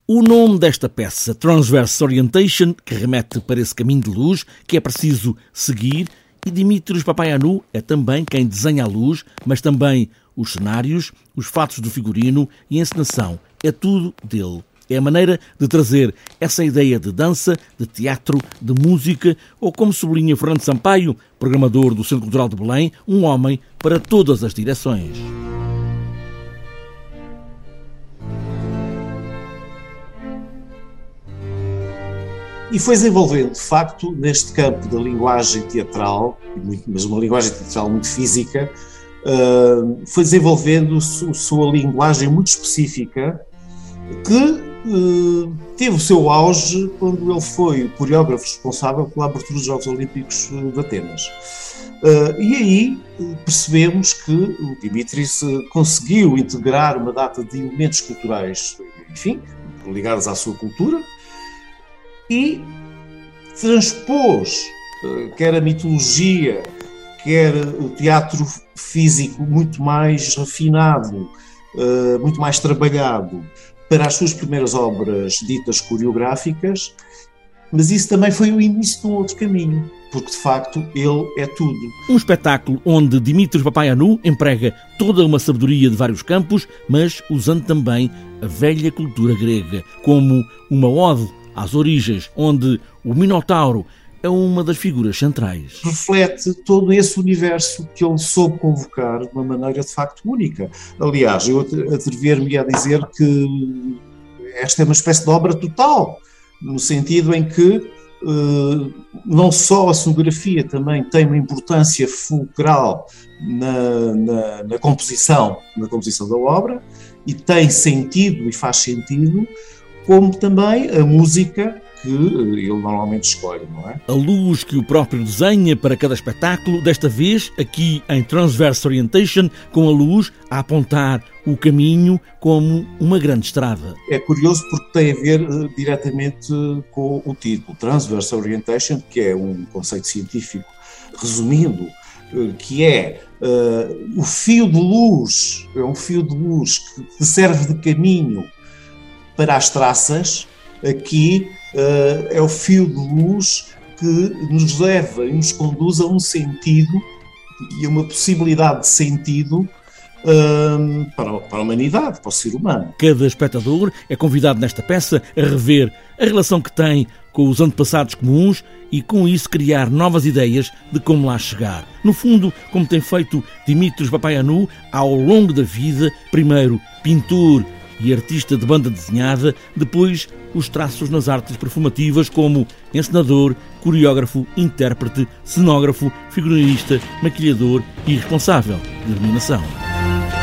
O nome desta peça, Transverse Orientation, que remete para esse caminho de luz que é preciso seguir, e Dimitris Papaioannou é também quem desenha a luz, mas também os cenários, os fatos do figurino e a encenação. É tudo dele. É a maneira de trazer essa ideia de dança, de teatro, de música, ou como sublinha Fernando Sampaio, programador do Centro Cultural de Belém, um homem para todas as direções. E foi desenvolvendo, de facto, neste campo da linguagem teatral, mas uma linguagem teatral muito física, foi desenvolvendo sua linguagem muito específica, que teve o seu auge quando ele foi o coreógrafo responsável pela abertura dos Jogos Olímpicos de Atenas. E aí percebemos que o Dimitris conseguiu integrar uma data de elementos culturais, enfim, ligados à sua cultura, e transpôs quer a mitologia, quer o teatro físico muito mais refinado, muito mais trabalhado para as suas primeiras obras ditas coreográficas, mas isso também foi o início de um outro caminho, porque de facto ele é tudo. Um espetáculo onde Dimitris Papaioannou emprega toda uma sabedoria de vários campos, mas usando também a velha cultura grega, como uma ode às origens, onde o Minotauro é uma das figuras centrais. Reflete todo esse universo que ele soube convocar de uma maneira de facto única. Aliás, eu atrever-me a dizer que esta é uma espécie de obra total, no sentido em que não só a cenografia também tem uma importância fulcral na composição da obra, e tem sentido e faz sentido, como também a música que ele normalmente escolhe, não é? A luz que o próprio desenha para cada espetáculo, desta vez aqui em Transverse Orientation, com a luz a apontar o caminho como uma grande estrada. É curioso porque tem a ver diretamente com o título, Transverse Orientation, que é um conceito científico resumindo, que é o fio de luz, é um fio de luz que serve de caminho para as traças. Aqui é o fio de luz que nos leva e nos conduz a um sentido e a uma possibilidade de sentido para a humanidade, para o ser humano. Cada espectador é convidado nesta peça a rever a relação que tem com os antepassados comuns e com isso criar novas ideias de como lá chegar. No fundo, como tem feito Dimitris Papaioannou ao longo da vida, primeiro pintor e artista de banda desenhada, depois os traços nas artes performativas como encenador, coreógrafo, intérprete, cenógrafo, figurinista, maquilhador e responsável de iluminação.